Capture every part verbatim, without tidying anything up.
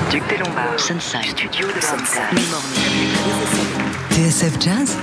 Duc des Lombards, Sunside, Studio de Sunside, T S F Jazz,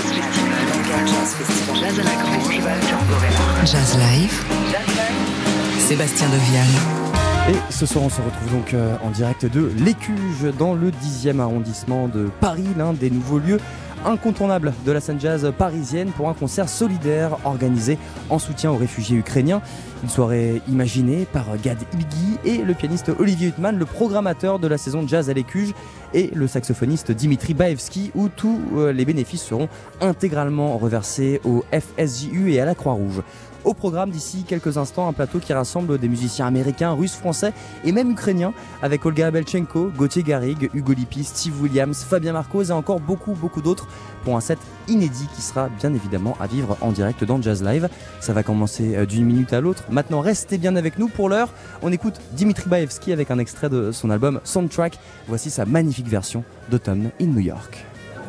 Jazz à la Grange, Tamborella, Jazz Live, Sébastien Devial. Et ce soir, on se retrouve donc euh, en direct de l'Écuge, dans le dixième arrondissement de Paris, l'un des nouveaux lieux incontournables de la scène jazz parisienne, pour un concert solidaire organisé en soutien aux réfugiés ukrainiens. Une soirée imaginée par Gad Ibgi et le pianiste Olivier Huttman, le programmateur de la saison de jazz à l'Écuge, et le saxophoniste Dimitri Baevski, où tous les bénéfices seront intégralement reversés au F S J U et à la Croix-Rouge. Au programme d'ici quelques instants, un plateau qui rassemble des musiciens américains, russes, français et même ukrainiens, avec Olga Abelchenko, Gauthier Garrigue, Hugo Lippi, Steve Williams, Fabien Marcos et encore beaucoup beaucoup d'autres, pour un set inédit qui sera bien évidemment à vivre en direct dans Jazz Live. Ça va commencer d'une minute à l'autre. Maintenant, restez bien avec nous. Pour l'heure, on écoute Dimitri Baevski avec un extrait de son album Soundtrack. Voici sa magnifique version d'Autumn in New York.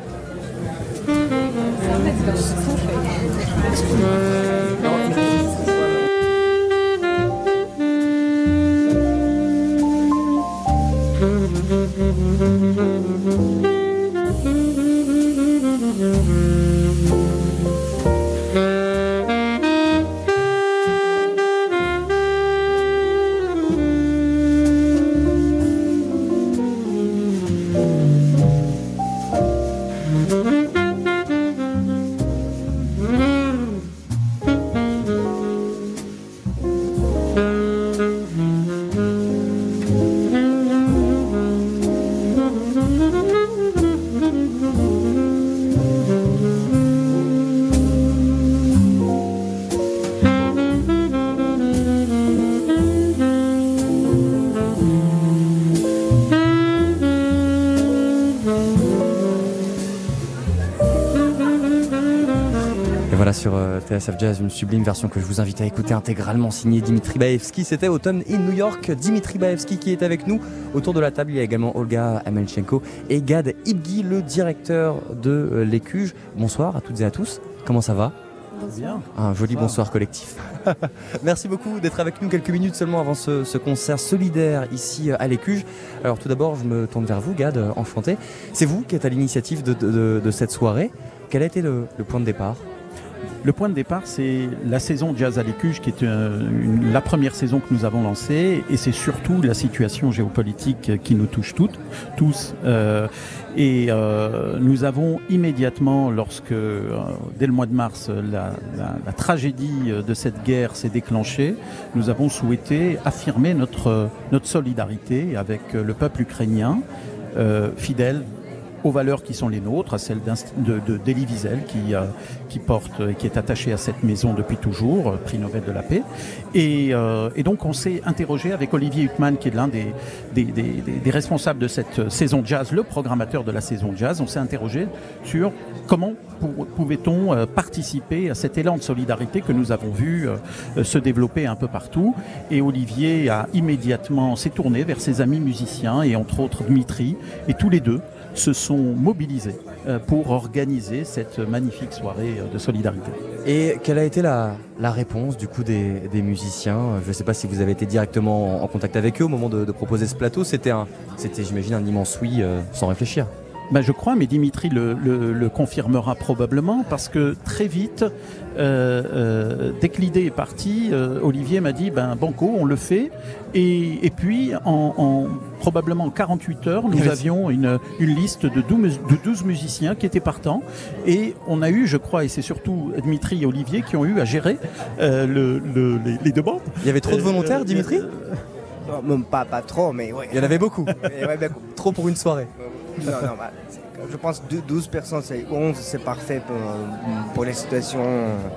Sur T S F Jazz, une sublime version que je vous invite à écouter intégralement, signée Dimitri Baevski. C'était Autumn in New York. Dimitri Baevski qui est avec nous. Autour de la table, il y a également Olga Abelchenko et Gad Ibgi, le directeur de l'Écuge. Bonsoir à toutes et à tous. Comment ça va ? Bien. Un joli bonsoir collectif. Merci beaucoup d'être avec nous quelques minutes seulement avant ce, ce concert solidaire ici à l'Écuge. Alors tout d'abord, je me tourne vers vous, Gad, enchanté. C'est vous qui êtes à l'initiative de, de, de, de cette soirée. Quel a été le, le point de départ ? Le point de départ, c'est la saison Jazz à l'Écuge, qui est une, une, la première saison que nous avons lancée, et c'est surtout la situation géopolitique qui nous touche toutes, tous. Euh, et euh, nous avons immédiatement, lorsque, euh, dès le mois de mars, la, la, la tragédie de cette guerre s'est déclenchée, nous avons souhaité affirmer notre, notre solidarité avec le peuple ukrainien, euh, fidèle aux valeurs qui sont les nôtres, à celles de, de, d'Elie Wiesel, qui, euh, qui porte et qui est attachée à cette maison depuis toujours, euh, prix Nobel de la paix. Et, euh, et donc on s'est interrogé avec Olivier Huttman, qui est l'un des, des, des, des responsables de cette saison jazz, le programmateur de la saison jazz. On s'est interrogé sur comment pour, pouvait-on euh, participer à cet élan de solidarité que nous avons vu euh, se développer un peu partout. Et Olivier a immédiatement s'est tourné vers ses amis musiciens, et entre autres Dimitri, et tous les deux se sont mobilisés pour organiser cette magnifique soirée de solidarité. Et quelle a été la, la réponse du coup des, des musiciens ? Je ne sais pas si vous avez été directement en contact avec eux au moment de, de proposer ce plateau. C'était, un, c'était j'imagine, un immense oui euh, sans réfléchir. Ben je crois, mais Dimitri le, le, le confirmera probablement, parce que très vite, euh, euh, dès que l'idée est partie, euh, Olivier m'a dit ben banco, on le fait. Et, et puis, en, en probablement quarante-huit heures, nous avions une, une liste de douze, de douze musiciens qui étaient partants. Et on a eu, je crois, et c'est surtout Dimitri et Olivier qui ont eu à gérer euh, le, le, les, les demandes. Il y avait trop de volontaires, euh, Dimitri euh, Non, pas, pas trop, mais ouais. Il y en avait beaucoup. Ouais, beaucoup. Trop pour une soirée. Non, non, bah, je pense que douze personnes, c'est onze, c'est parfait pour, pour les situations.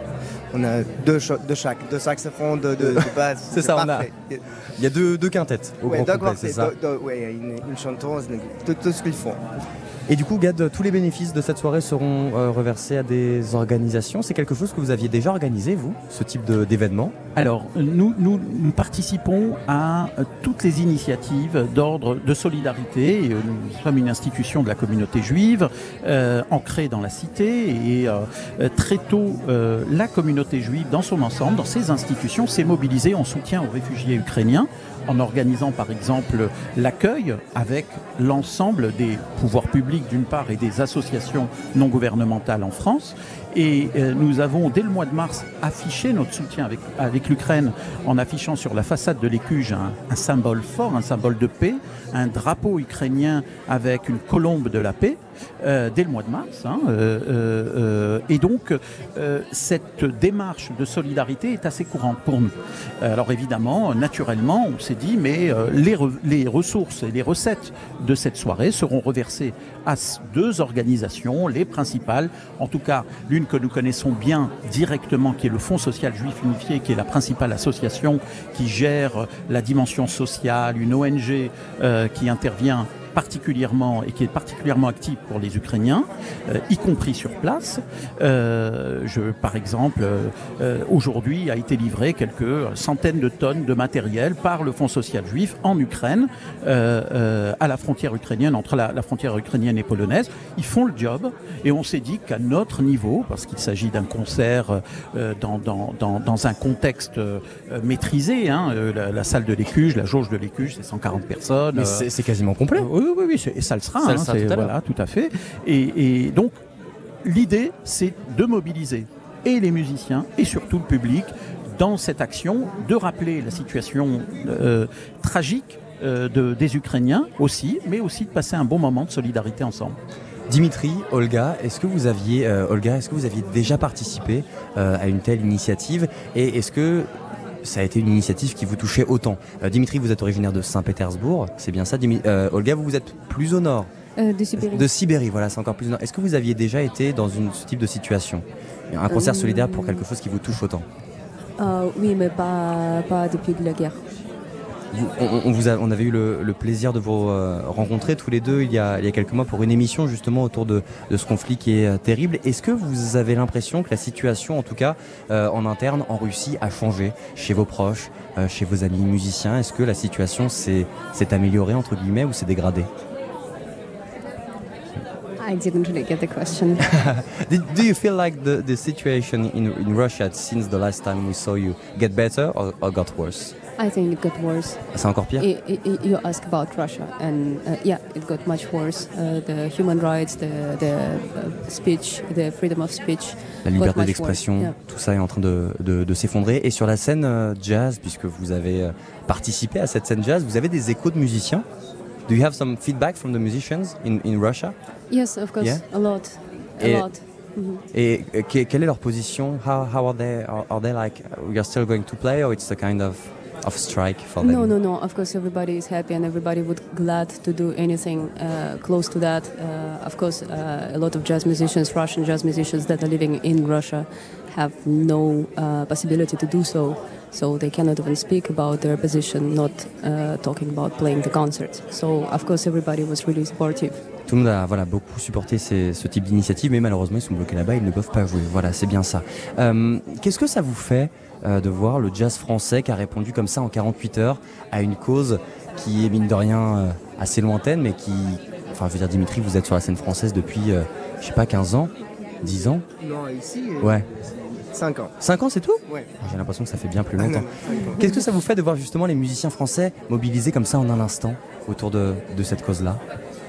On a deux, deux chaque, deux saxophones, deux, deux, deux basses. C'est, c'est ça, parfait. On a. Il y a deux, deux quintettes au ouais, grand complet, c'est ça. Deux, deux, ouais, une, une chanteuse, tout, tout ce qu'ils font. Et du coup, Gad, tous les bénéfices de cette soirée seront euh, reversés à des organisations. C'est quelque chose que vous aviez déjà organisé, vous, ce type de, d'événement ? Alors, nous, nous, nous participons à euh, toutes les initiatives d'ordre de solidarité. Et, euh, nous sommes une institution de la communauté juive, euh, ancrée dans la cité. Et euh, très tôt, euh, la communauté juive, dans son ensemble, dans ses institutions, s'est mobilisée en soutien aux réfugiés ukrainiens, en organisant par exemple l'accueil avec l'ensemble des pouvoirs publics d'une part et des associations non gouvernementales en France. Et euh, nous avons, dès le mois de mars, affiché notre soutien avec, avec l'Ukraine en affichant sur la façade de l'Écuge un, un symbole fort, un symbole de paix, un drapeau ukrainien avec une colombe de la paix, euh, dès le mois de mars. Hein, euh, euh, et donc, euh, cette démarche de solidarité est assez courante pour nous. Alors évidemment, naturellement, on s'est dit, mais euh, les, re- les ressources et les recettes de cette soirée seront reversées à deux organisations, les principales, en tout cas l'une que nous connaissons bien directement, qui est le Fonds social juif unifié, qui est la principale association qui gère la dimension sociale, une O N G euh, qui intervient particulièrement et qui est particulièrement active pour les Ukrainiens, euh, y compris sur place. Euh, je, par exemple, euh, aujourd'hui a été livré quelques centaines de tonnes de matériel par le Fonds social juif en Ukraine, euh, euh, à la frontière ukrainienne, entre la, la frontière ukrainienne et polonaise. Ils font le job et on s'est dit qu'à notre niveau, parce qu'il s'agit d'un concert euh, dans, dans, dans, dans un contexte euh, maîtrisé, hein, euh, la, la salle de l'Écuge, la jauge de l'Écuge, c'est cent quarante personnes. Mais c'est, c'est quasiment complet. Euh, Oui, oui, oui, c'est, et ça le sera. Ça hein, le sera c'est, tout à l'heure. voilà, tout à fait. Et, et donc, l'idée, c'est de mobiliser et les musiciens et surtout le public dans cette action, de rappeler la situation euh, tragique euh, de, des Ukrainiens aussi, mais aussi de passer un bon moment de solidarité ensemble. Dimitri, Olga, est-ce que vous aviez, euh, Olga, est-ce que vous aviez déjà participé euh, à une telle initiative et est-ce que ça a été une initiative qui vous touchait autant? euh, Dimitri, vous êtes originaire de Saint-Pétersbourg, c'est bien ça. Dimi- euh, Olga, vous, vous êtes plus au nord. Euh, de Sibérie. De Sibérie, voilà, c'est encore plus au nord. Est-ce que vous aviez déjà été dans une, ce type de situation? Un concert Euh, solidaire pour quelque chose qui vous touche autant? Euh, oui, mais pas, pas depuis la guerre. Vous- on, on vous a- on avait eu le, le plaisir de vous euh, rencontrer tous les deux il y, a, il y a quelques mois pour une émission justement autour de, de ce conflit qui est euh, terrible. Est-ce que vous avez l'impression que la situation, en tout cas euh, en interne en Russie, a changé chez vos proches, euh, chez vos amis musiciens? Est-ce que la situation s'est, s'est améliorée entre guillemets ou s'est dégradée? I didn't really get the question. Did, do you feel like the, the situation in, in Russia since the last time we saw you get better or, or got worse? I think it got worse. C'est encore pire? I, I, you ask about Russia, and uh, yeah, it got much worse. Uh, the human rights, the, the uh, speech, the freedom of speech. La got liberté much d'expression, worse. Yeah. tout ça est en train de, de, de s'effondrer. Et sur la scène euh, jazz, puisque vous avez euh, participé à cette scène jazz, vous avez des échos de musiciens? Do you have some feedback from the musicians in, in Russia? Yes, of course, Yeah? a lot, a Et- lot. Mhm. Et euh, que- quelle est leur position? How, how are they? Are, are they like, we are still going to play or it's a kind of, of strike for them? No, no, no. Of course, everybody is happy and everybody would glad to do anything uh, close to that. Uh, of course, uh, a lot of jazz musicians, Russian jazz musicians that are living in Russia, have no uh, possibility to do so. So they cannot even speak about their position, not uh, talking about playing the concerts. So of course, everybody was really supportive. Tout le monde a voilà, beaucoup supporté ces- ce type d'initiative, mais malheureusement ils sont bloqués là-bas, ils ne peuvent pas jouer. Voilà, c'est bien ça. Euh, qu'est-ce que ça vous fait euh, de voir le jazz français qui a répondu comme ça en quarante-huit heures à une cause qui est mine de rien euh, assez lointaine, mais qui... Enfin, je veux dire, Dimitri, vous êtes sur la scène française depuis, euh, je sais pas, quinze ans, dix ans? Non, ici, Ouais. cinq ans. cinq ans, c'est tout? Ouais. J'ai l'impression que ça fait bien plus Ah non, longtemps. cinq ans. Qu'est-ce que ça vous fait de voir justement les musiciens français mobilisés comme ça en un instant autour de, de cette cause-là?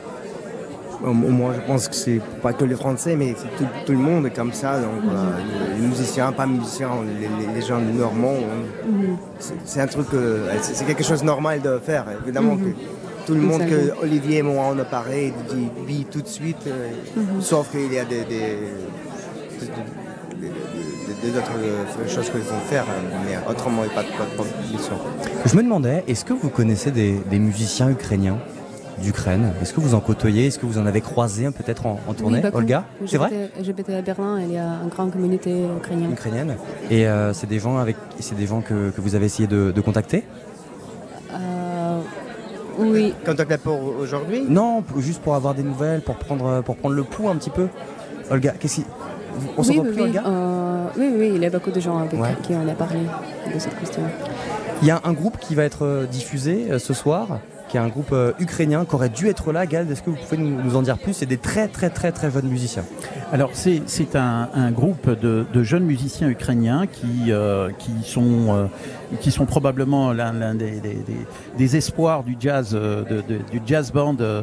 Bon, moi, je pense que c'est pas que les Français, mais c'est tout, tout le monde est comme ça. Donc, euh, les, les musiciens, pas musiciens, les, les- les gens normands, on- c'est, c'est un truc, euh, c'est, c'est quelque chose de normal de faire. Évidemment que tout le monde, que Exactement. Olivier et moi, on a parlé, il dit oui tout de suite. euh, Sauf qu'il y a des, des, des, des- des- des autres euh, choses qu'il faut faire, mais autrement, il n'y a pas de, pas de proposition. Je me demandais, est-ce que vous connaissez des, des musiciens ukrainiens d'Ukraine? Est-ce que vous en côtoyez? Est-ce que vous en avez croisé un peut-être en, en tournée? Oui, beaucoup. Olga, c'est vrai? J'habitais- J'habitais à Berlin, il y a une grande communauté ukrainienne. Ukrainienne. Et euh, c'est des gens avec, c'est des gens que, que vous avez essayé de, de contacter? Euh, oui, Contact pour aujourd'hui? Non, pour- juste pour avoir des nouvelles, pour prendre, pour prendre le pouls un petit peu. Olga, qu'est-ce qui... vous- On oui, s'entend oui, plus, oui. Olga? Euh, oui, oui, il y a beaucoup de gens avec Ouais. qui on a parlé de cette question. Il y a un groupe qui va être euh, diffusé euh, ce soir, qui est un groupe euh, ukrainien, qui aurait dû être là. Gald, est-ce que vous pouvez nous, nous en dire plus? C'est des très très très très jeunes musiciens. Alors c'est, c'est un, un groupe de, de jeunes musiciens ukrainiens qui, euh, qui sont euh, qui sont probablement l'un, l'un des, des, des, des espoirs du jazz, de, de, du jazz band euh,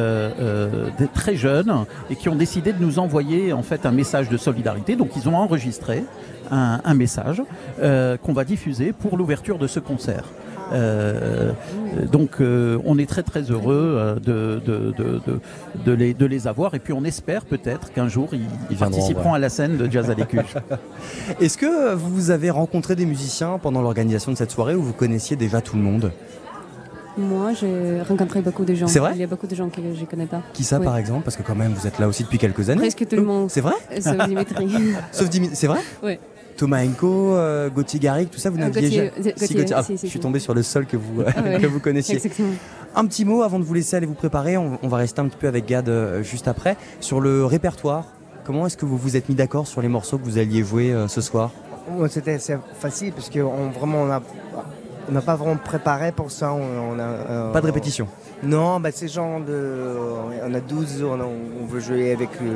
euh, des très jeunes, et qui ont décidé de nous envoyer en fait un message de solidarité. Donc ils ont enregistré un, un message euh, qu'on va diffuser pour l'ouverture de ce concert. Euh, donc euh, on est très très heureux euh, de, de, de, de, de, les, de les avoir, et puis on espère peut-être qu'un jour ils, ils participeront à la scène de Jazz à l'Écuge. Est-ce que vous avez rencontré des musiciens pendant l'organisation de cette soirée, ou vous connaissiez déjà tout le monde? Moi, j'ai rencontré beaucoup de gens. C'est vrai? Il y a beaucoup de gens que je ne connais pas. Qui ça, oui. Par exemple? Parce que quand même, vous êtes là aussi depuis quelques années. Presque tout le monde. C'est vrai? Sauf Dimitri. Sauf Dimitri, c'est vrai? Oui. Thomas Enko, euh, Gauthier Garrigue, tout ça, vous n'aviez jamais... Si, Gauthier. Ah, si, si, je suis si. tombé sur le seul que vous, Ah ouais. que vous connaissiez. Exactement. Un petit mot avant de vous laisser aller vous préparer, on, on va rester un petit peu avec Gad euh, juste après, sur le répertoire. Comment est-ce que vous vous êtes mis d'accord sur les morceaux que vous alliez jouer euh, ce soir? C'était c'est facile parce qu'on vraiment on a on n'a pas vraiment préparé pour ça. On, on a, euh, Pas de répétition? Non, bah c'est genre de on a douze, on, a, on veut jouer avec le.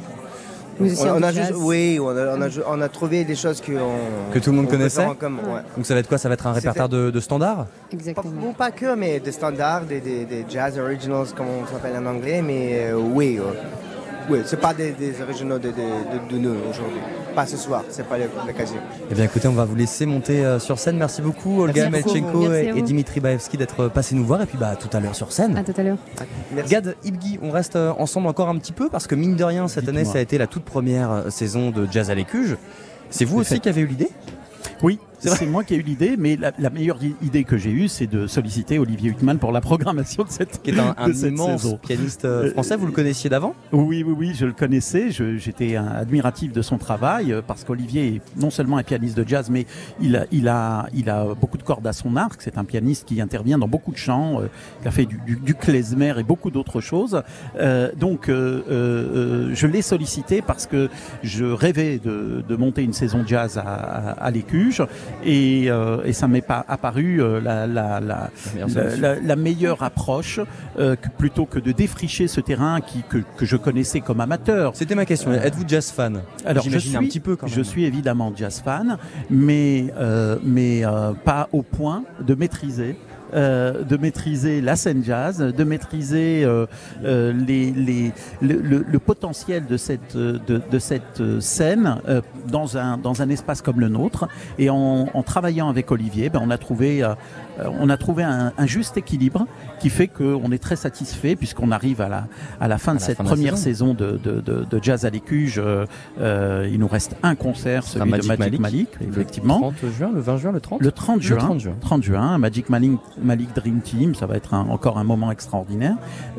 On, on a juste, oui, on a, on, a, on a trouvé des choses que, on, que tout le monde connaissait. Comme, ouais. Donc ça va être quoi? Ça va être un répertoire de, de standards? Exactement. Pas, bon, pas que, mais des standards, des, des, des jazz originals, comme on s'appelle en anglais, mais euh, oui, euh, oui, c'est pas des, des originaux de, de, de, de nous aujourd'hui. Pas ce soir, c'est pas l'occasion. Eh bien écoutez, on va vous laisser monter euh, sur scène. Merci beaucoup Olga Melchenko et, et Dimitri Baevski d'être passés nous voir, et puis bah tout à l'heure sur scène. À tout à l'heure. Merci. Gad, Ibgui, on reste euh, ensemble encore un petit peu, parce que mine de rien, cette Dites-moi. année, ça a été la toute première euh, saison de Jazz à l'Écuge. C'est vous aussi qui avez eu l'idée? Oui, c'est, c'est moi qui ai eu l'idée, mais la, la meilleure idée que j'ai eue, c'est de solliciter Olivier Huitman pour la programmation de cette Qui est un, un de cette immense saison. pianiste euh, français, vous le connaissiez d'avant? Oui, oui, oui, je le connaissais, je, j'étais un admiratif de son travail, euh, parce qu'Olivier est non seulement un pianiste de jazz, mais il a, il a, il a beaucoup de cordes à son arc. C'est un pianiste qui intervient dans beaucoup de chants, euh, qui a fait du, du, du klezmer et beaucoup d'autres choses. Euh, donc, euh, euh, je l'ai sollicité parce que je rêvais de, de monter une saison jazz à, à, à l'Écuge, et, euh, et ça m'est pas apparu euh, la, la, la, la, la, la meilleure approche, euh, que, plutôt que de défricher ce terrain qui, que, que je connaissais comme amateur. C'était ma question. Euh, Êtes-vous jazz fan? Alors, je J'imagine suis, un petit peu quand même. Je suis évidemment jazz fan, mais, euh, mais euh, pas au point de maîtriser. Euh, de maîtriser la scène jazz, de maîtriser euh, euh, les, les, le, le, le potentiel de cette, de, de cette scène euh, dans, un, dans un espace comme le nôtre. Et en, en travaillant avec Olivier, ben, on a trouvé, euh, on a trouvé un, un juste équilibre qui fait qu'on est très satisfait, puisqu'on arrive à la, à la fin de cette première saison, saison de, de, de, de Jazz à l'Écuge. Euh, euh, il nous reste un concert, celui Magic de Magic Malik, Malik, effectivement. Le trente juin, le vingt juin, le trente Le trente juin. Le trente juin. trente juin, Magic Malik, Malik Dream Team, ça va être un, encore un moment extraordinaire.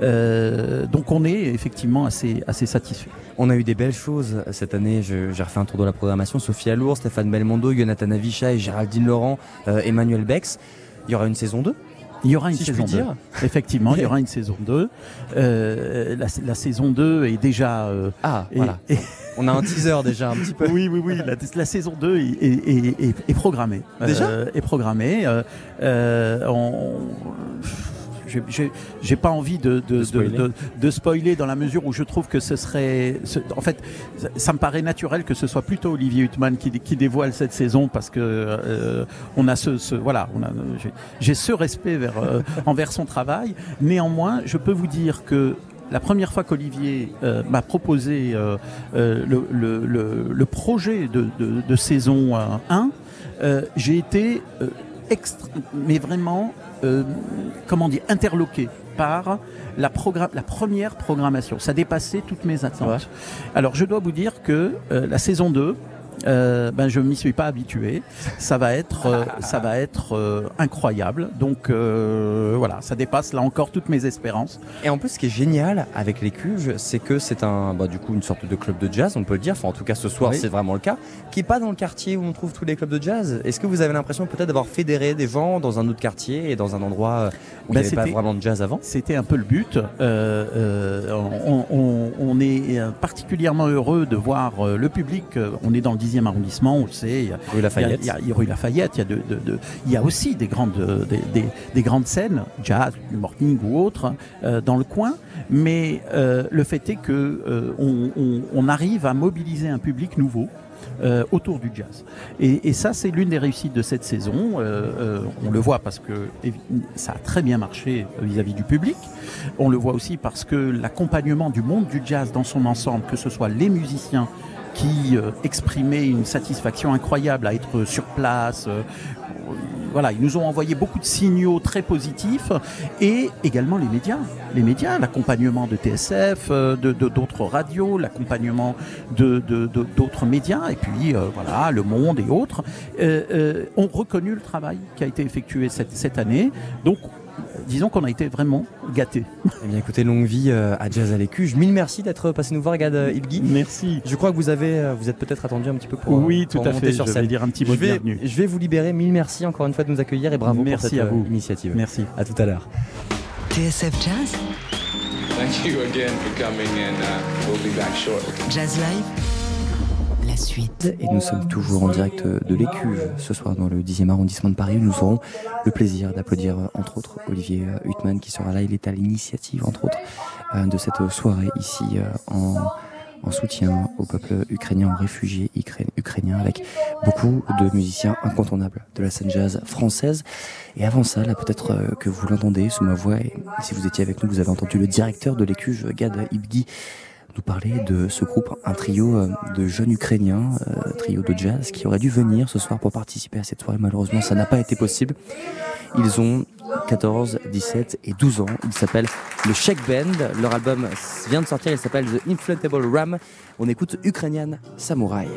Euh, donc on est effectivement assez, assez satisfait. On a eu des belles choses cette année. Je, j'ai refait un tour de la programmation. Sophie Alour, Stéphane Belmondo, Jonathan Avichai, Géraldine Laurent, euh, Emmanuel Bex. Il y aura une saison deux? Il y aura une si saison je puis deux. Dire. Effectivement, il y aura une saison deux. Euh, la, la saison deux est déjà... Euh, ah, est, voilà. Est... On a un teaser déjà un petit peu. Oui, oui, oui. La, la saison deux est, est, est, est, est programmée. Déjà euh, Est programmée. Euh, euh, on... J'ai, j'ai, j'ai pas envie de, de, de, spoiler. De, de, de spoiler dans la mesure où je trouve que ce serait... Ce, en fait, ça, ça me paraît naturel que ce soit plutôt Olivier Huitman qui, qui dévoile cette saison, parce que euh, on a ce... ce voilà, on a, j'ai, j'ai ce respect vers, euh, envers son travail. Néanmoins, je peux vous dire que la première fois qu'Olivier euh, m'a proposé euh, euh, le, le, le, le projet de, de, de saison euh, un, euh, j'ai été euh, extra- mais vraiment... Euh, comment dire, interloqué par la, progra- la première programmation. Ça dépassait toutes mes attentes. Ouais. Alors je dois vous dire que euh, la saison deux, euh, ben, je ne m'y suis pas habitué. Ça va être, euh, ça va être euh, incroyable. Donc euh, voilà, ça dépasse là encore toutes mes espérances. Et en plus, ce qui est génial avec l'Écuge, c'est que c'est un, bah, du coup, une sorte de club de jazz, on peut le dire. Enfin, en tout cas, ce soir, oui. C'est vraiment le cas. Qui n'est pas dans le quartier où on trouve tous les clubs de jazz. Est-ce que vous avez l'impression peut-être d'avoir fédéré des gens dans un autre quartier et dans un endroit où ben, il n'y avait pas vraiment de jazz avant? C'était un peu le but. Euh, euh, on, on, on est particulièrement heureux de voir le public. On est dans le dixième arrondissement, on le sait. Il y a, rue Lafayette. Il y a, il y a rue Lafayette. Il y a, de, de, de, il y a aussi des grandes, des, des, des grandes scènes, jazz, du morning ou autres, euh, dans le coin. Mais euh, le fait est que euh, on, on, on arrive à mobiliser un public nouveau. euh, autour du jazz. Et, et ça, c'est l'une des réussites de cette saison. Euh, euh, on le voit parce que ça a très bien marché vis-à-vis du public. On le voit aussi parce que l'accompagnement du monde du jazz dans son ensemble, que ce soit les musiciens qui euh, exprimaient une satisfaction incroyable à être sur place, euh, voilà, ils nous ont envoyé beaucoup de signaux très positifs, et également les médias, les médias, l'accompagnement de T S F, de, de d'autres radios, l'accompagnement de, de, de d'autres médias, et puis euh, voilà, Le Monde et autres euh, euh, ont reconnu le travail qui a été effectué cette, cette année. Donc disons qu'on a été vraiment gâtés. Eh bien, écoutez, longue vie euh, à Jazz à l'Écuge. Mille merci d'être passé nous voir, Gad euh, Ilgui. Merci. Je crois que vous avez, euh, vous êtes peut-être attendu un petit peu pour. Oui, pour tout à fait. Sur je scène. vais dire un petit mot je vais, de bienvenue. Je vais vous libérer. Mille merci encore une fois de nous accueillir et bravo merci pour cette à vous. Euh, initiative. Merci. À tout à l'heure. T S F Jazz. Thank you again for coming, and uh, we'll be back shortly. Jazz Live. La suite. Et nous sommes toujours en direct de l'Écuge ce soir dans le dixième arrondissement de Paris. Nous aurons le plaisir d'applaudir entre autres Olivier Huttman qui sera là. Il est à l'initiative entre autres de cette soirée ici en, en soutien au peuple ukrainien, aux réfugiés ukrainiens, avec beaucoup de musiciens incontournables de la scène jazz française. Et avant ça, là peut-être que vous l'entendez sous ma voix, et si vous étiez avec nous, vous avez entendu le directeur de l'Écuge, Gad Ilgui, nous parler de ce groupe, un trio de jeunes Ukrainiens, euh, trio de jazz, qui aurait dû venir ce soir pour participer à cette soirée. Malheureusement, ça n'a pas été possible. Ils ont quatorze, dix-sept et douze ans. Ils s'appellent le Shake Band. Leur album vient de sortir, il s'appelle The Inflatable Ram. On écoute Ukrainian Samurai.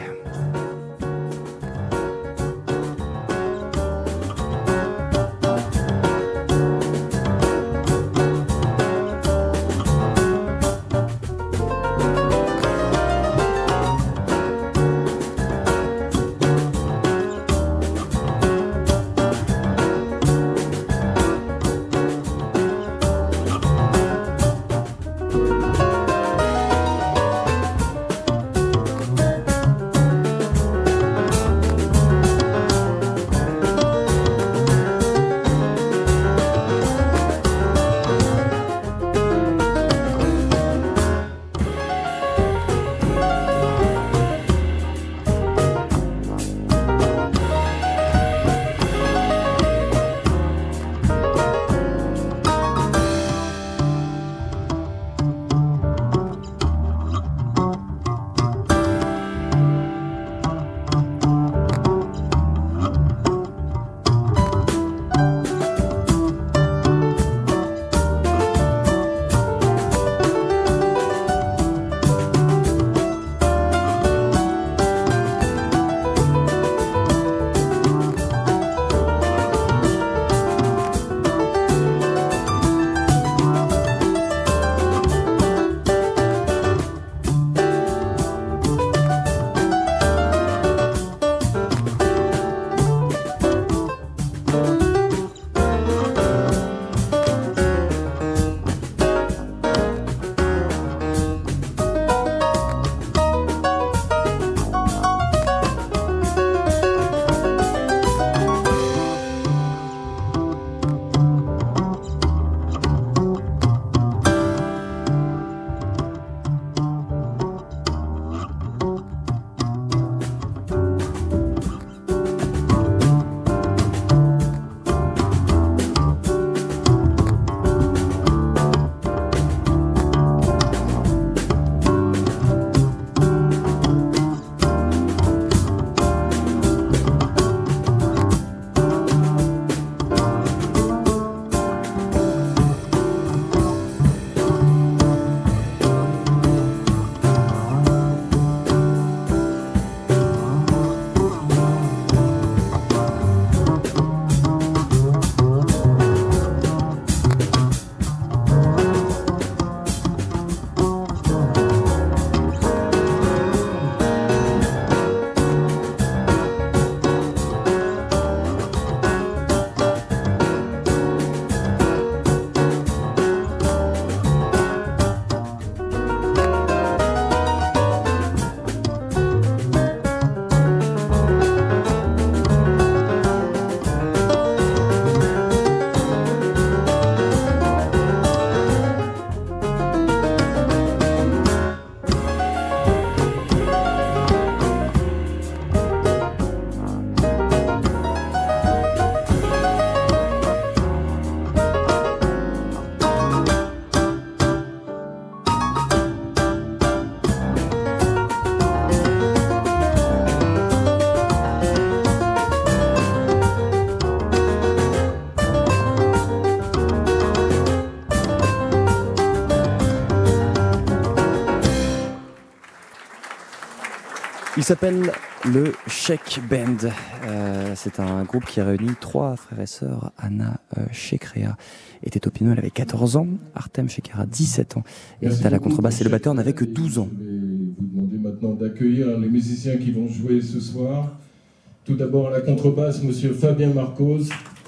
Il s'appelle le Sheikh Band. Euh, c'est un groupe qui réunit trois frères et sœurs. Anna euh, Shekrea était au piano, elle avait quatorze ans. Artem Shekera, dix-sept ans. Et était à la contrebasse et le batteur n'avait que douze ans. Je vais vous demander maintenant d'accueillir les musiciens qui vont jouer ce soir. Tout d'abord à la contrebasse, monsieur Fabien Marcos.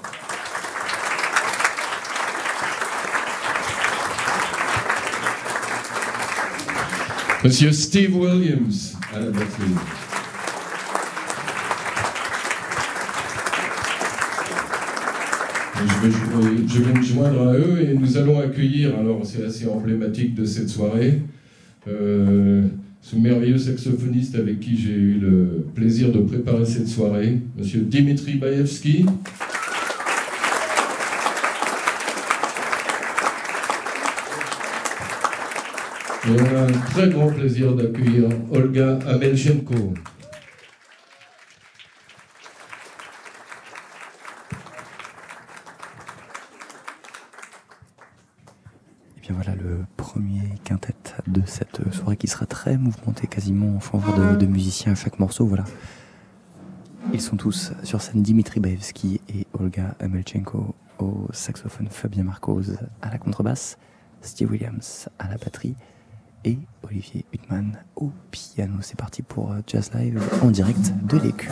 Monsieur Steve Williams à la batterie. Je vais, je vais me joindre à eux et nous allons accueillir, alors c'est assez emblématique de cette soirée, euh, ce merveilleux saxophoniste avec qui j'ai eu le plaisir de préparer cette soirée, monsieur Dimitri Baevski. Et on a un très grand plaisir d'accueillir Olga Amelchenko. Et bien voilà le premier quintet de cette soirée qui sera très mouvementée, quasiment. Il faut avoir de, de musiciens à chaque morceau. Voilà. Ils sont tous sur scène, Dimitri Baevski et Olga Amelchenko au saxophone, Fabien Marcos à la contrebasse, Steve Williams à la batterie et Olivier Huttman au piano. C'est parti pour Jazz Live en direct de l'Écu.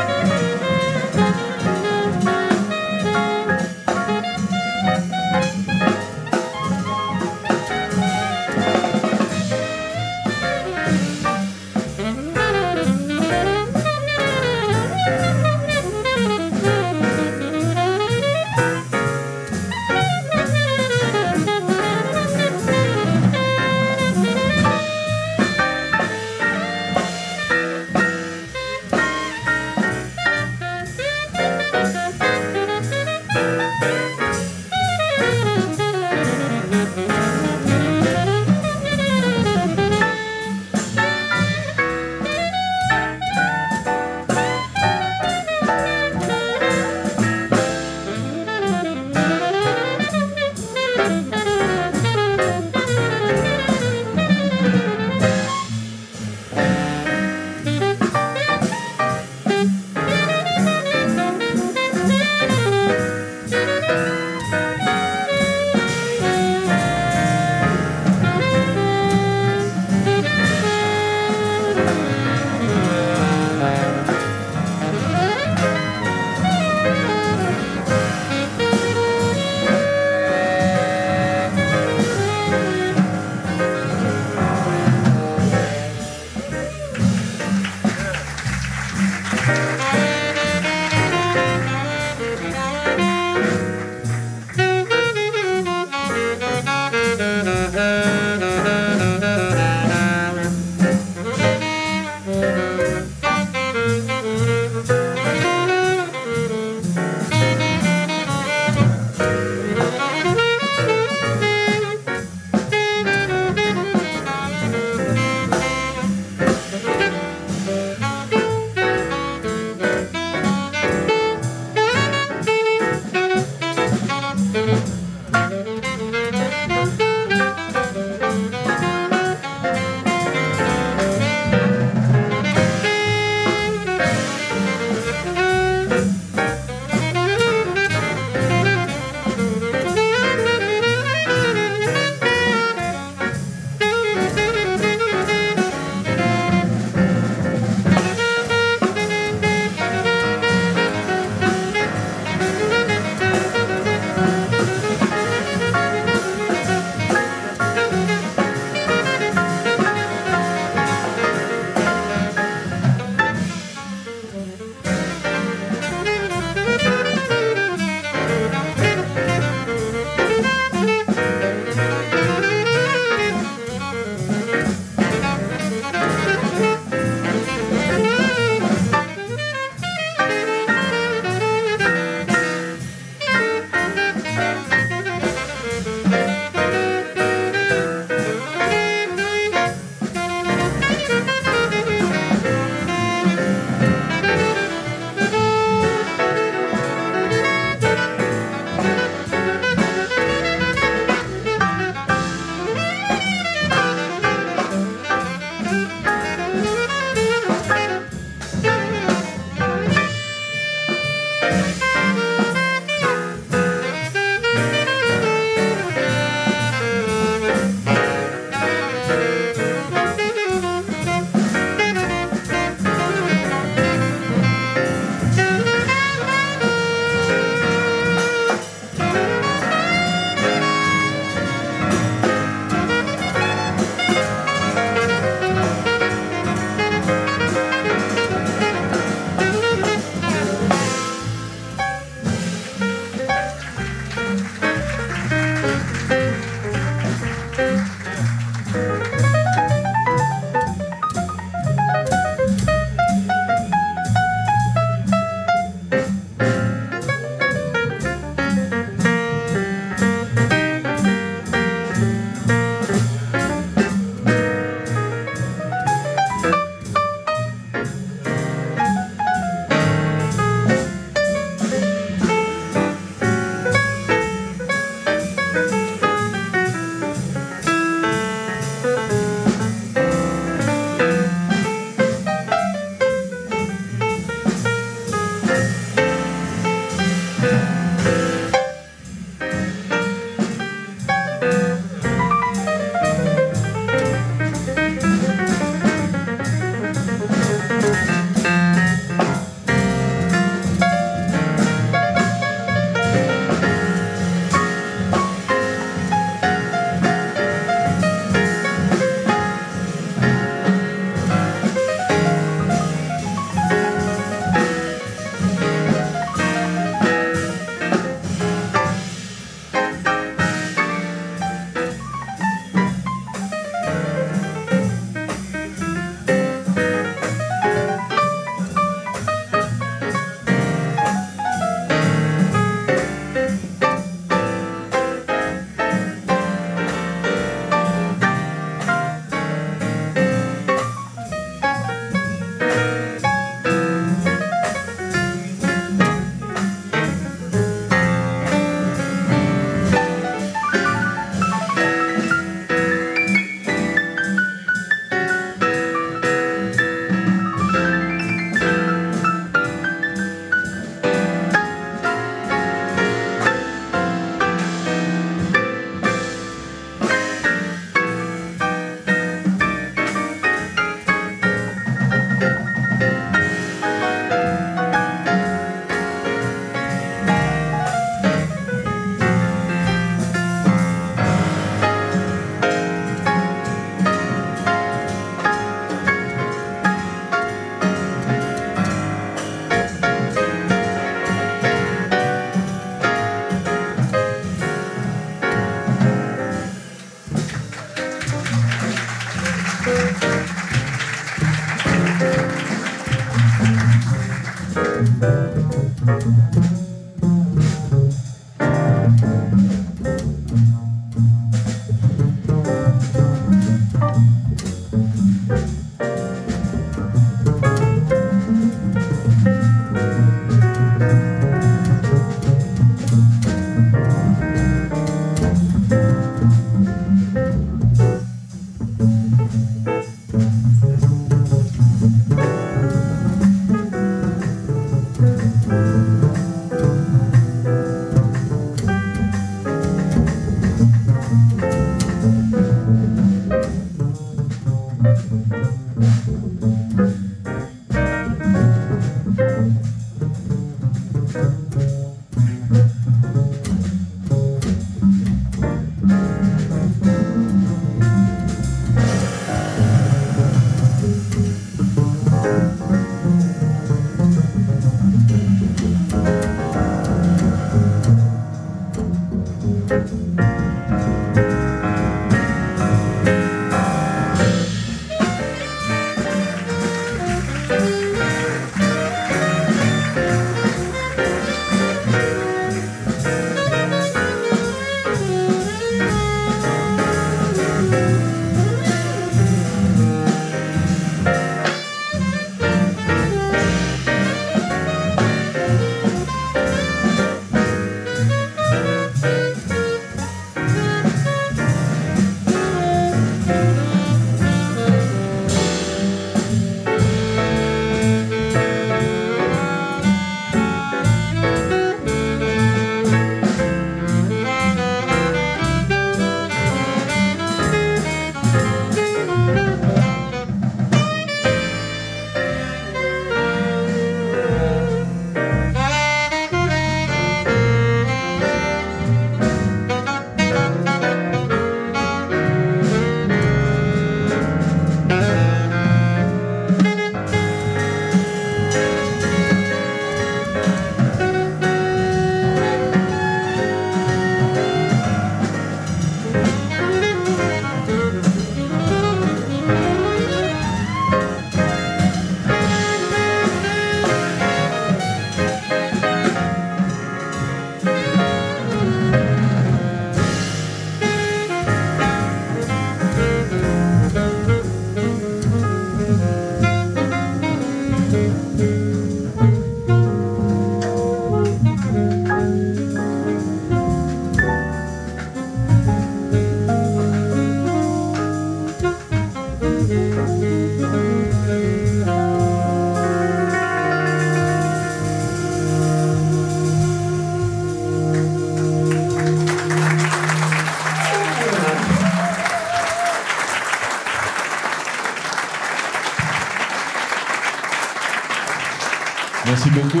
Merci beaucoup.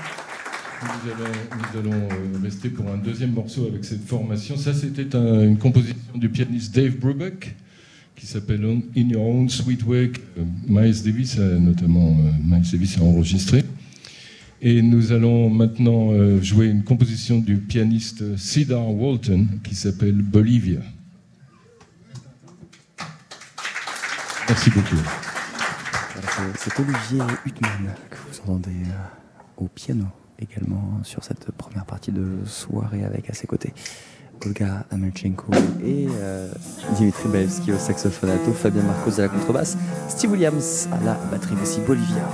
Nous allons, nous allons rester pour un deuxième morceau avec cette formation. Ça, c'était un, une composition du pianiste Dave Brubeck qui s'appelle In Your Own Sweet Way. Miles Davis, a, notamment euh, Miles Davis a enregistré. Et nous allons maintenant euh, jouer une composition du pianiste Cedar Walton qui s'appelle Bolivia. Merci beaucoup. C'est Olivier Huttman que vous entendez euh, au piano également sur cette première partie de soirée avec à ses côtés Olga Amelchenko et euh, Dimitri Baevski au saxophone alto, Fabien Marcos à la contrebasse, Steve Williams à la batterie. Voici Bolivia.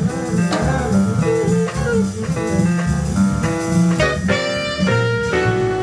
Thank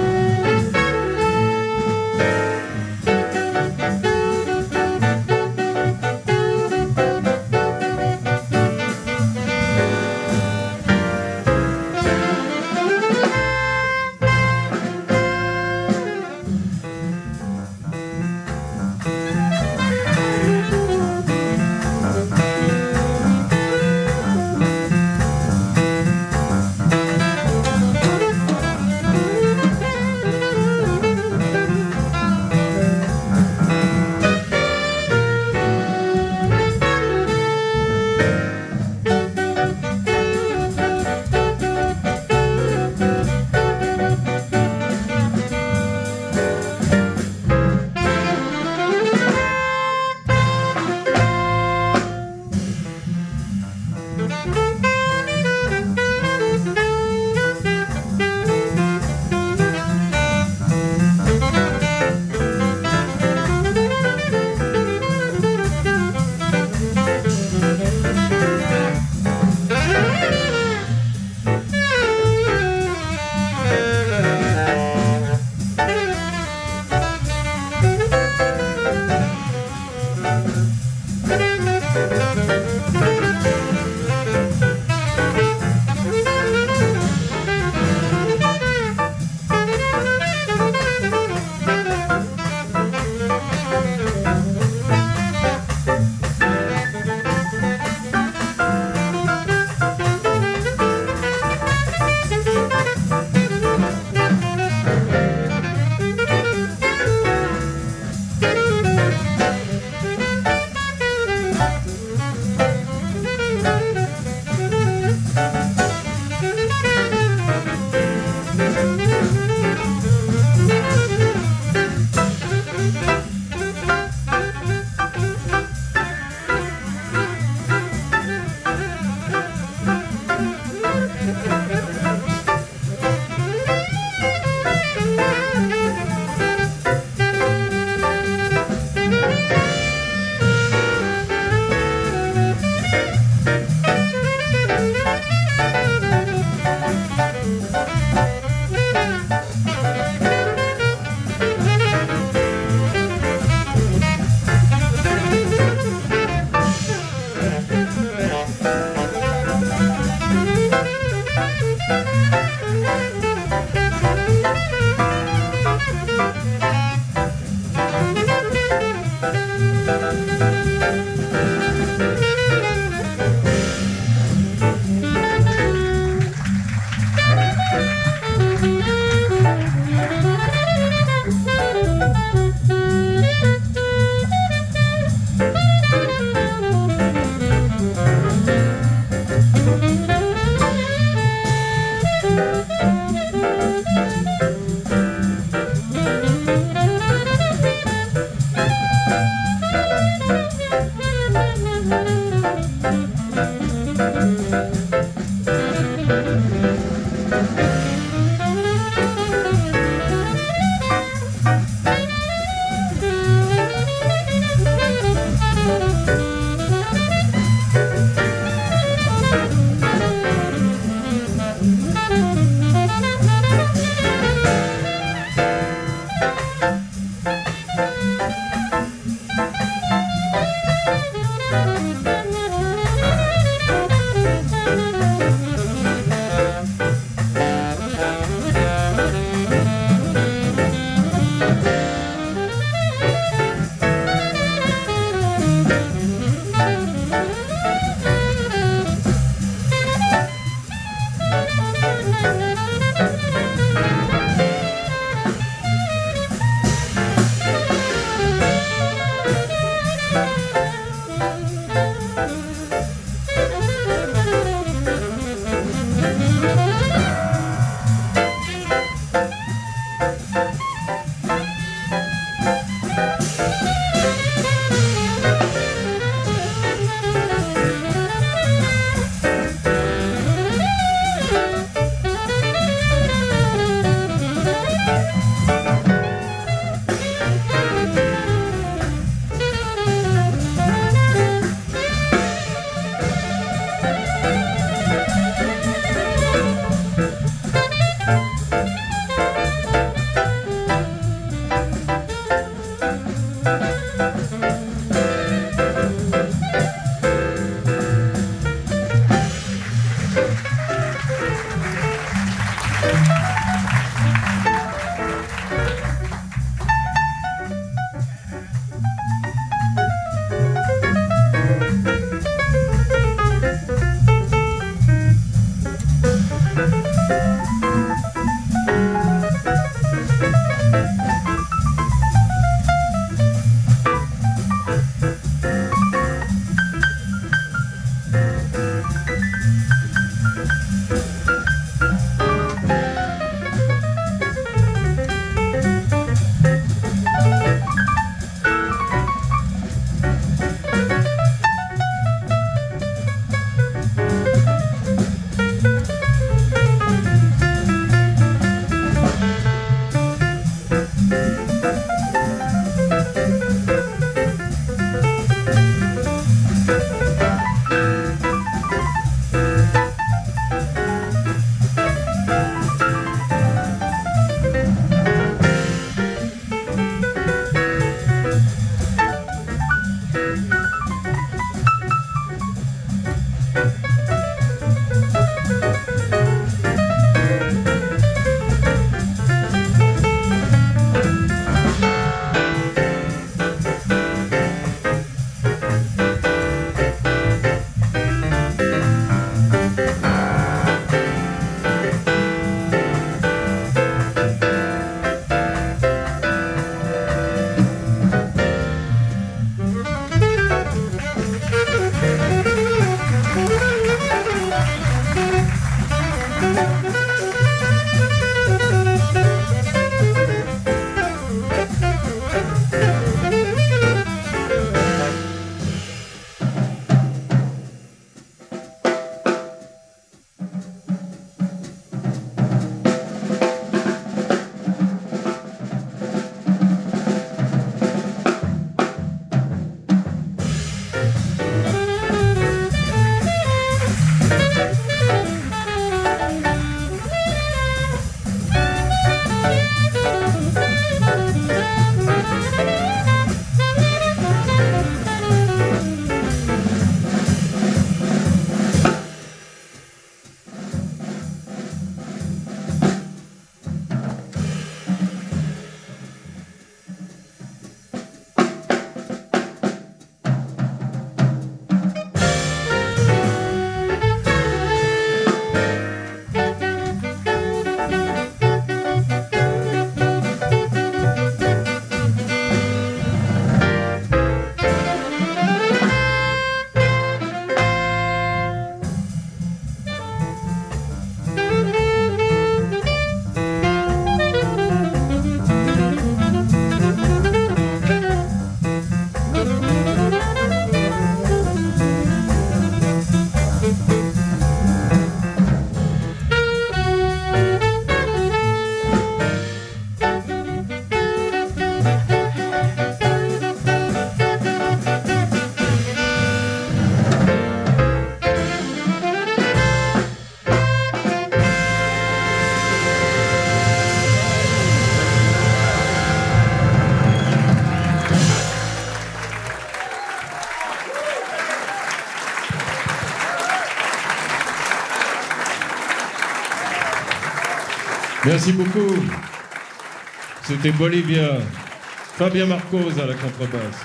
Merci beaucoup. C'était Bolivia. Fabien Marcos à la contrebasse.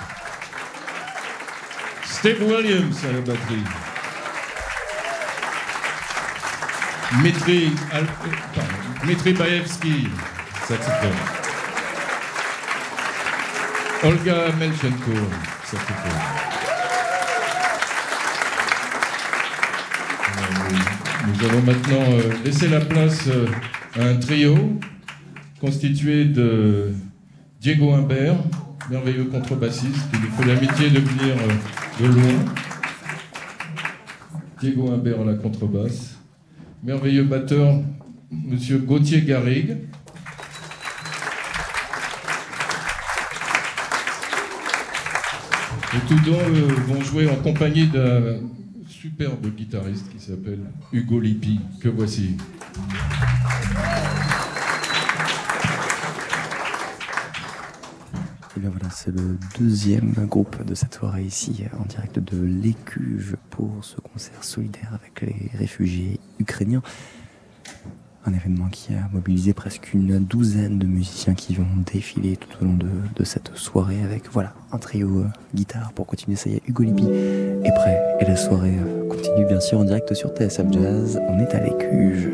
Steve Williams à la batterie. Dmitri, Al... Pardon, Dmitri Baevski, saxophone. Olga Melchenko, saxophone. Nous allons maintenant euh, laisser la place euh, à un trio constitué de Diego Humbert, merveilleux contrebassiste, qui nous fait l'amitié de venir euh, de loin. Diego Humbert à la contrebasse. Merveilleux batteur, Monsieur Gauthier Garrigue. Et tous deux euh, vont jouer en compagnie d'un superbe guitariste qui s'appelle Hugo Lippi, que voici. Et bien voilà, c'est le deuxième groupe de cette soirée ici, en direct de l'Écuge pour ce concert solidaire avec les réfugiés ukrainiens. Un événement qui a mobilisé presque une douzaine de musiciens qui vont défiler tout au long de, de cette soirée avec voilà un trio euh, guitare pour continuer. Ça y est, Hugo Lippi est prêt et la soirée euh, continue bien sûr en direct sur T S F Jazz. On est à l'Écuge.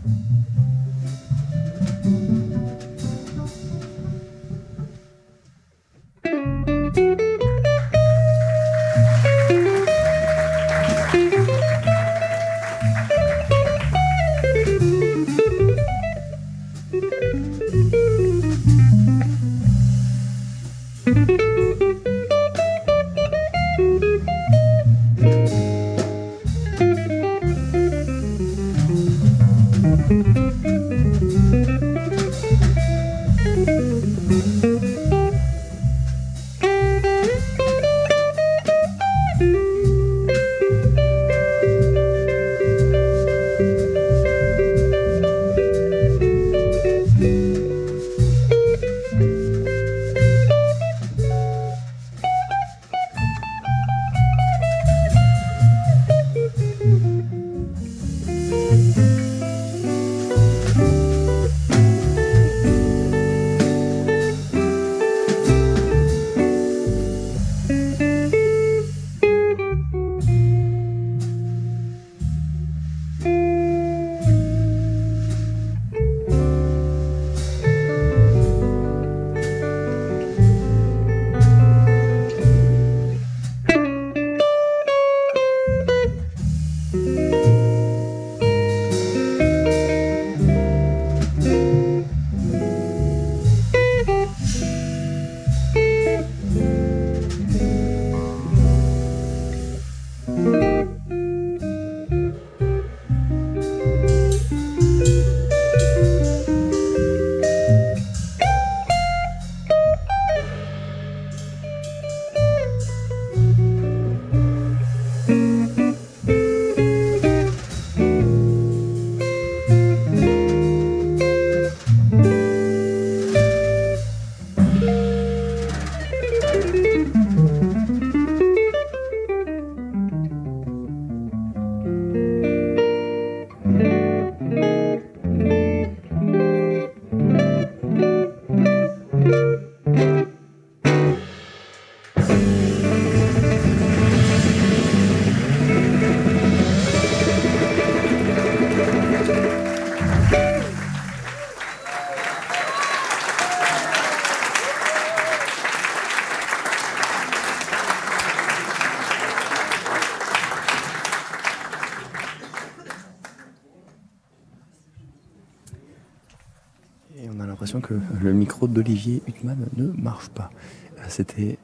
Que le micro d'Olivier Huttman ne marche pas. C'était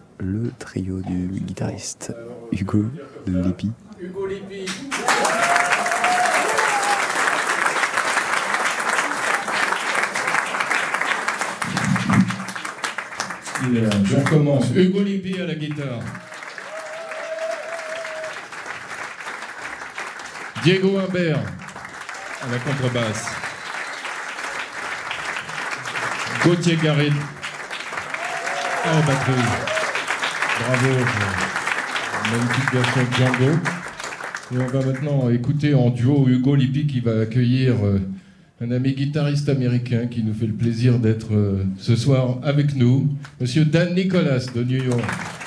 le trio du guitariste Hugo Lippi. Hugo Lippi. Il est là. Je recommence. Hugo Lippi à la guitare. Diego Imbert à la contrebasse. Gauthier Garrett à la batterie. Bravo pour une magnifique version de Django. Et on va maintenant écouter en duo Hugo Lippi qui va accueillir un ami guitariste américain qui nous fait le plaisir d'être ce soir avec nous, Monsieur Dan Nicholas de New York.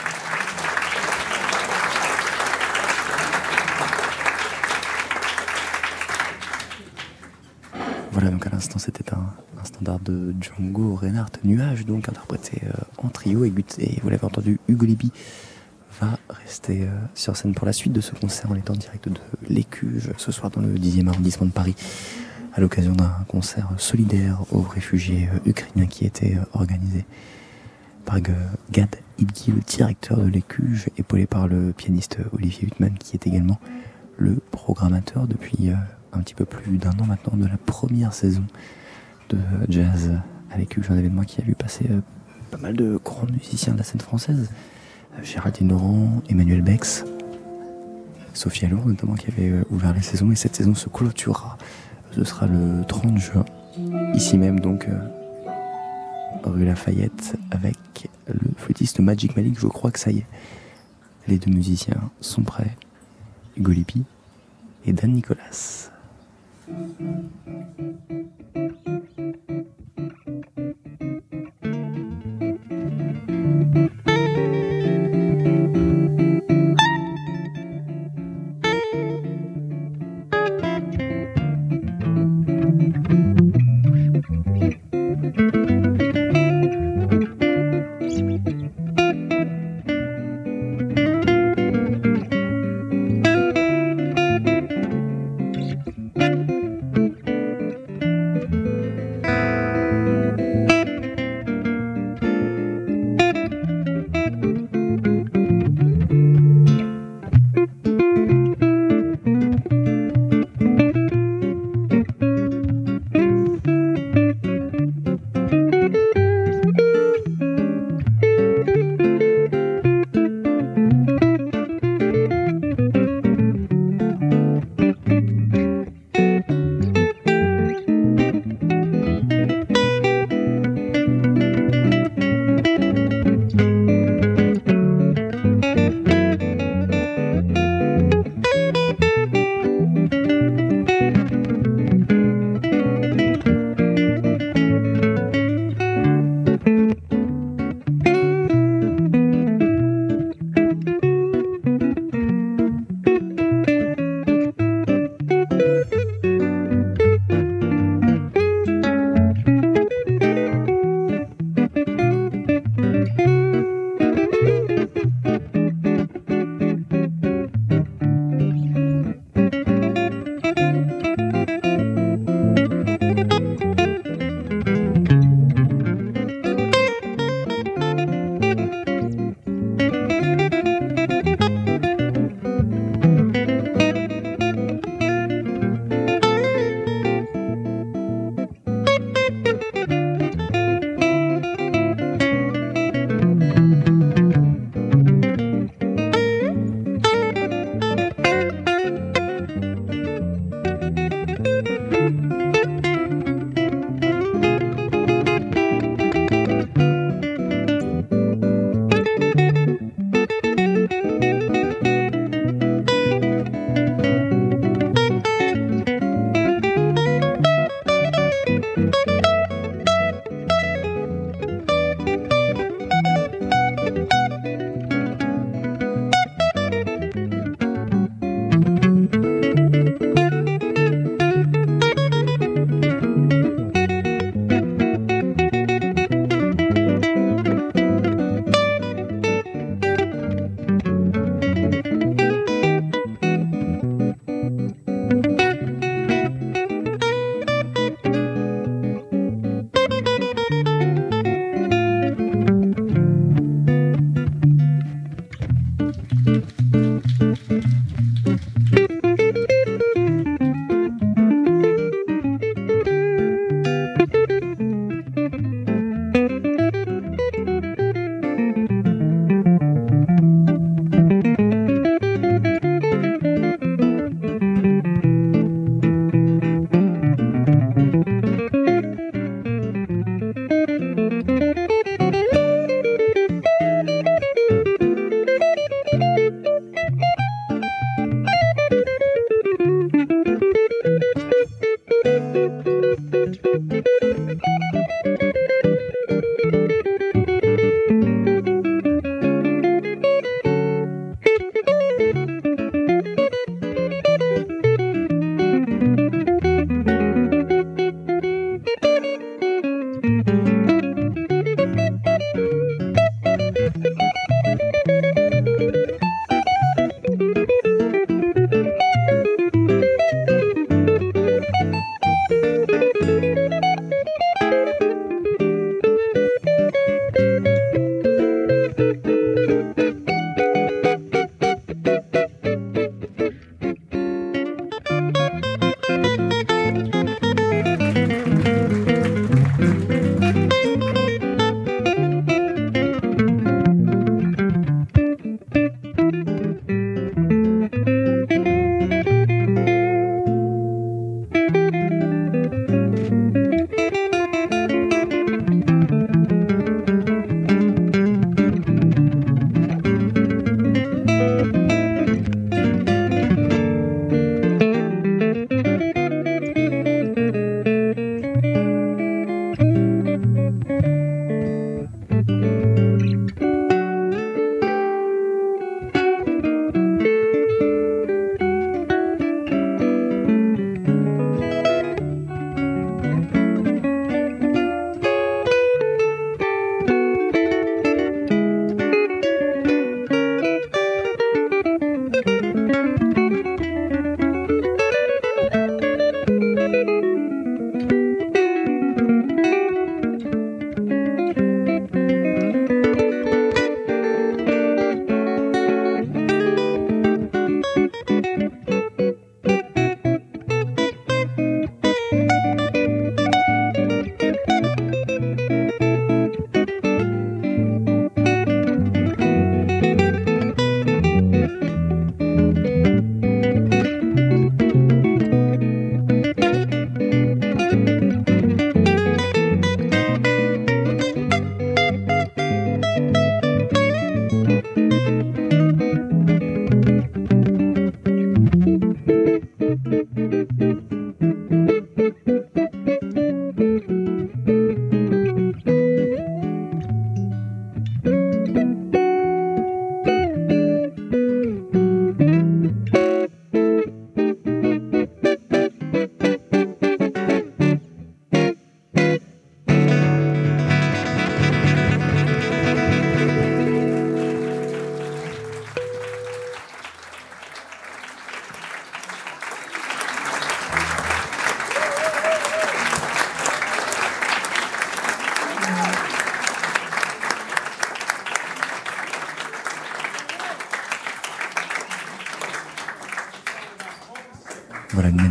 Voilà, donc à l'instant c'était un, un standard de Django Reinhardt, Nuage, donc interprété euh, en trio, et, et vous l'avez entendu, Hugo Lippi va rester euh, sur scène pour la suite de ce concert en étant direct de l'Écuge ce soir dans le dixième arrondissement de Paris, à l'occasion d'un concert solidaire aux réfugiés euh, ukrainiens qui était euh, organisé par G- Gad Idki, le directeur de l'Écuge, épaulé par le pianiste Olivier Huttman qui est également le programmateur depuis euh, un petit peu plus d'un an maintenant de la première saison de jazz à l'Écuge, un événement qui a vu passer euh, pas mal de grands musiciens de la scène française, euh, Géraldine Laurent, Emmanuel Bex, Sophie Allour notamment qui avait euh, ouvert la saison, et cette saison se clôturera, ce sera le trente juin, ici même donc euh, rue Lafayette, avec le flûtiste Magic Malik. Je crois que ça y est, les deux musiciens sont prêts, Hugo Lippi et Dan Nicholas.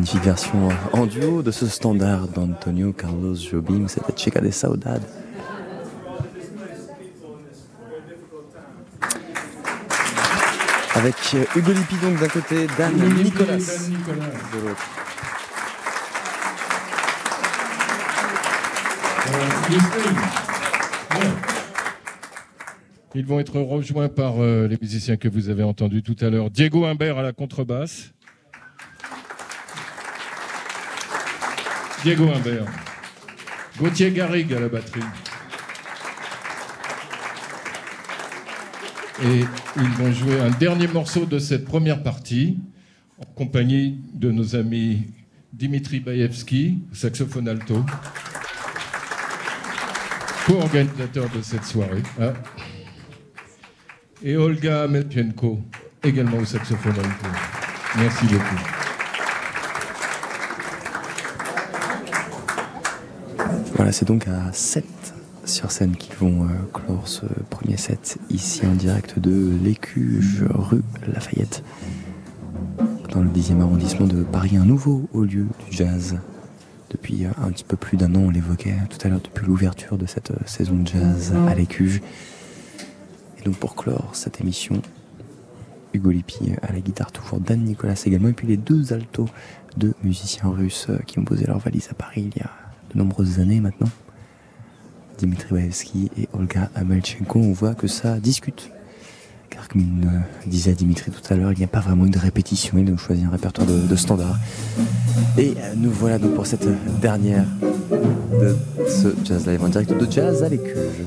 magnifique version en duo de ce standard d'Antonio Carlos Jobim, c'était Chica de Saudade. Avec Hugo Lippi donc d'un côté, Dan Nicolas de l'autre. Ils vont être rejoints par euh, les musiciens que vous avez entendus tout à l'heure. Diego Humbert à la contrebasse. Diego Humbert. Gauthier Garrigue à la batterie. Et ils vont jouer un dernier morceau de cette première partie en compagnie de nos amis Dimitri Baevski, saxophone alto, co-organisateur de cette soirée, hein, et Olga Amelchenko, également au saxophone alto. Merci beaucoup. Voilà, c'est donc à sept sur scène qu'ils vont euh, clore ce premier set ici en direct de l'Écuge, rue Lafayette, dans le dixième arrondissement de Paris, un nouveau haut lieu du jazz. Depuis un petit peu plus d'un an, on l'évoquait tout à l'heure, depuis l'ouverture de cette saison de jazz à l'Écuge. Et donc pour clore cette émission, Hugo Lippi à la guitare, toujours Dan Nicolas également, et puis les deux altos de musiciens russes qui ont posé leur valise à Paris il y a de nombreuses années maintenant. Dimitri Baevski et Olga Amelchenko, on voit que ça discute. Car comme euh, disait Dimitri tout à l'heure, il n'y a pas vraiment eu de répétition, ils ont choisi un répertoire de, de standard. Et euh, nous voilà donc pour cette dernière de ce Jazz Live en direct de Jazz à l'Écuge.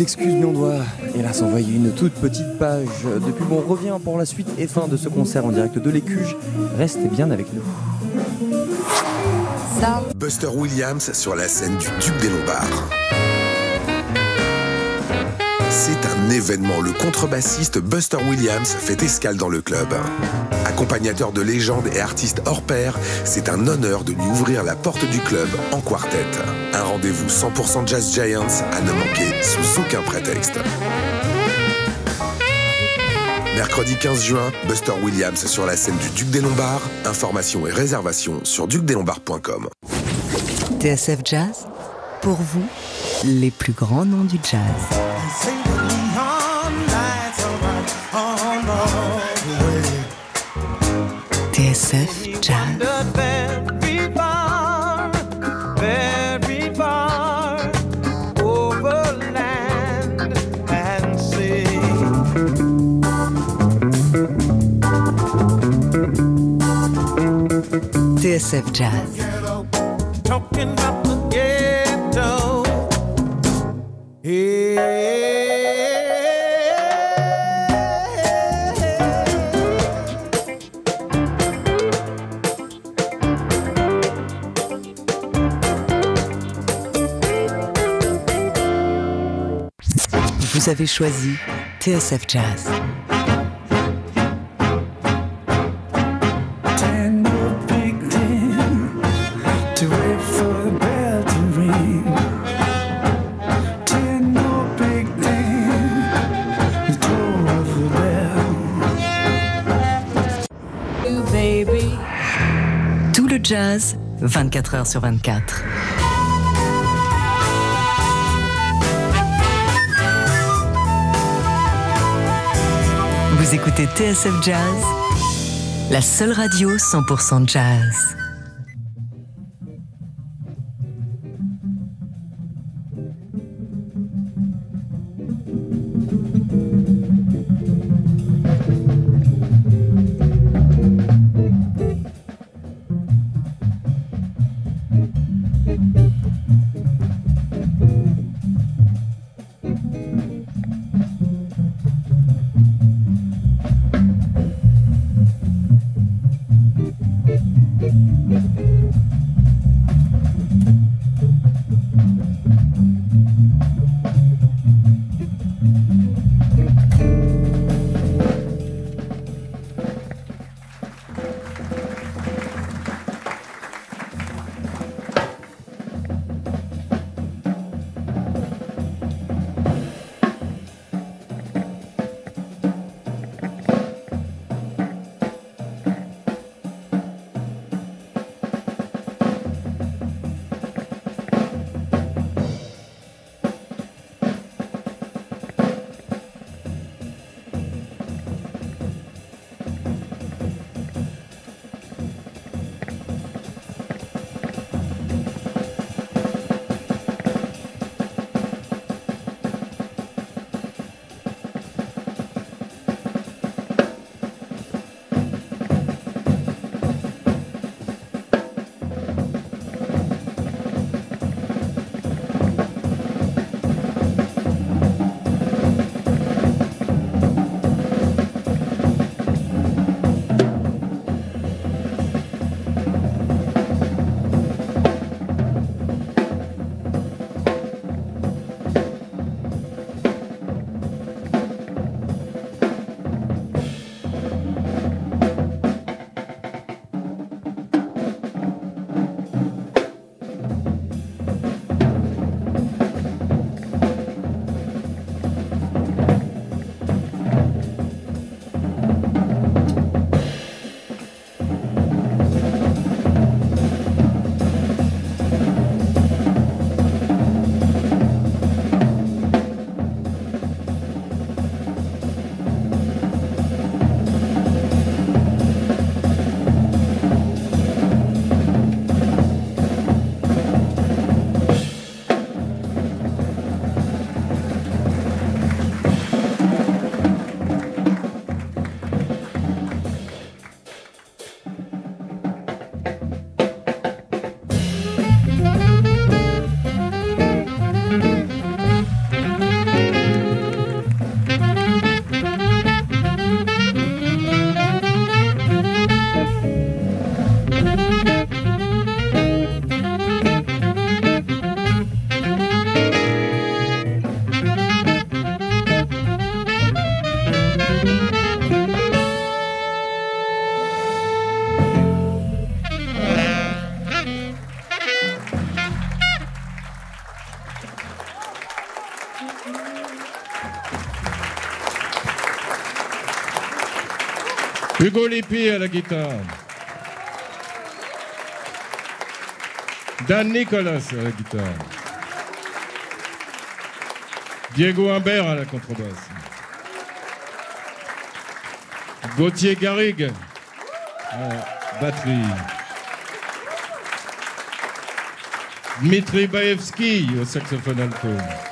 excuses, mais on doit hélas envoyer une toute petite page de pub. On revient pour la suite et fin de ce concert en direct de l'Écuge. Restez bien avec nous. Buster Williams sur la scène du Duc des Lombards. C'est un événement. Le contrebassiste Buster Williams fait escale dans le club. Accompagnateur de légendes et artiste hors pair, c'est un honneur de lui ouvrir la porte du club en quartet. Un rendez-vous cent pour cent Jazz Giants à ne manquer sous aucun prétexte. Mercredi quinze juin, Buster Williams sur la scène du Duc des Lombards. Informations et réservations sur duc des lombards point com. T S F Jazz, pour vous, les plus grands noms du jazz. T S F Jazz. T S F Jazz. Vous avez choisi T S F Jazz. Tout le jazz, vingt-quatre heures sur vingt-quatre. Vous écoutez T S F Jazz, la seule radio cent pour cent jazz. Hugo Lippi à la guitare. Dan Nicolas à la guitare. Diego Humbert à la contrebasse. Gauthier Garrigue à la batterie. Dmitri Baevski au saxophone alto.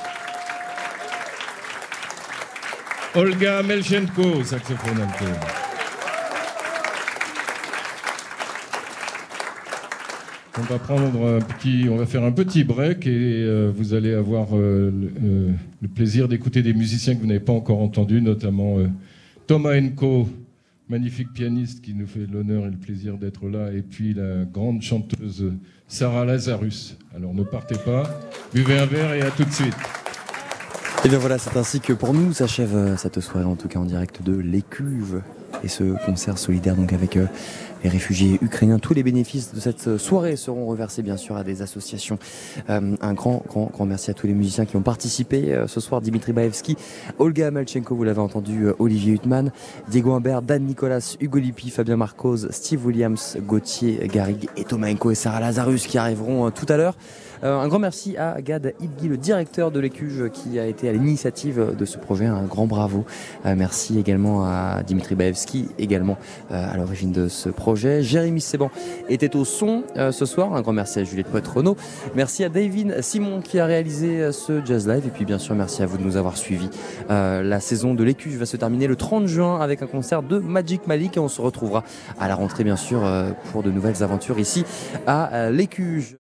Olga Melchenko au saxophone alto. On va prendre un petit, on va faire un petit break et euh, vous allez avoir euh, le, euh, le plaisir d'écouter des musiciens que vous n'avez pas encore entendus, notamment euh, Thomas Enko, magnifique pianiste qui nous fait l'honneur et le plaisir d'être là, et puis la grande chanteuse Sarah Lazarus. Alors ne partez pas, buvez un verre et à tout de suite. Et bien voilà, c'est ainsi que pour nous s'achève cette soirée, en tout cas en direct de l'Écuve, et ce concert solidaire donc avec euh, les réfugiés ukrainiens. Tous les bénéfices de cette soirée seront reversés bien sûr à des associations. Euh, un grand, grand, grand merci à tous les musiciens qui ont participé euh, ce soir. Dmitri Baevski, Olga Melchenko, vous l'avez entendu, euh, Olivier Huttman, Diego Humbert, Dan Nicolas, Hugo Lippi, Fabien Marcos, Steve Williams, Gauthier Garrigue et Thomas Enko et Sarah Lazarus qui arriveront euh, tout à l'heure. Euh, un grand merci à Gad Ibgui, le directeur de l'Écuge, qui a été à l'initiative de ce projet. Un grand bravo. Euh, merci également à Dmitri Baevski, également euh, à l'origine de ce projet. Jérémy Seban était au son euh, ce soir. Un grand merci à Juliette Poitrenaud. Merci à David Simon qui a réalisé euh, ce Jazz Live. Et puis bien sûr, merci à vous de nous avoir suivis. Euh, la saison de l'Écuge va se terminer le trente juin avec un concert de Magic Malik. Et on se retrouvera à la rentrée, bien sûr, euh, pour de nouvelles aventures ici à euh, l'Écuge.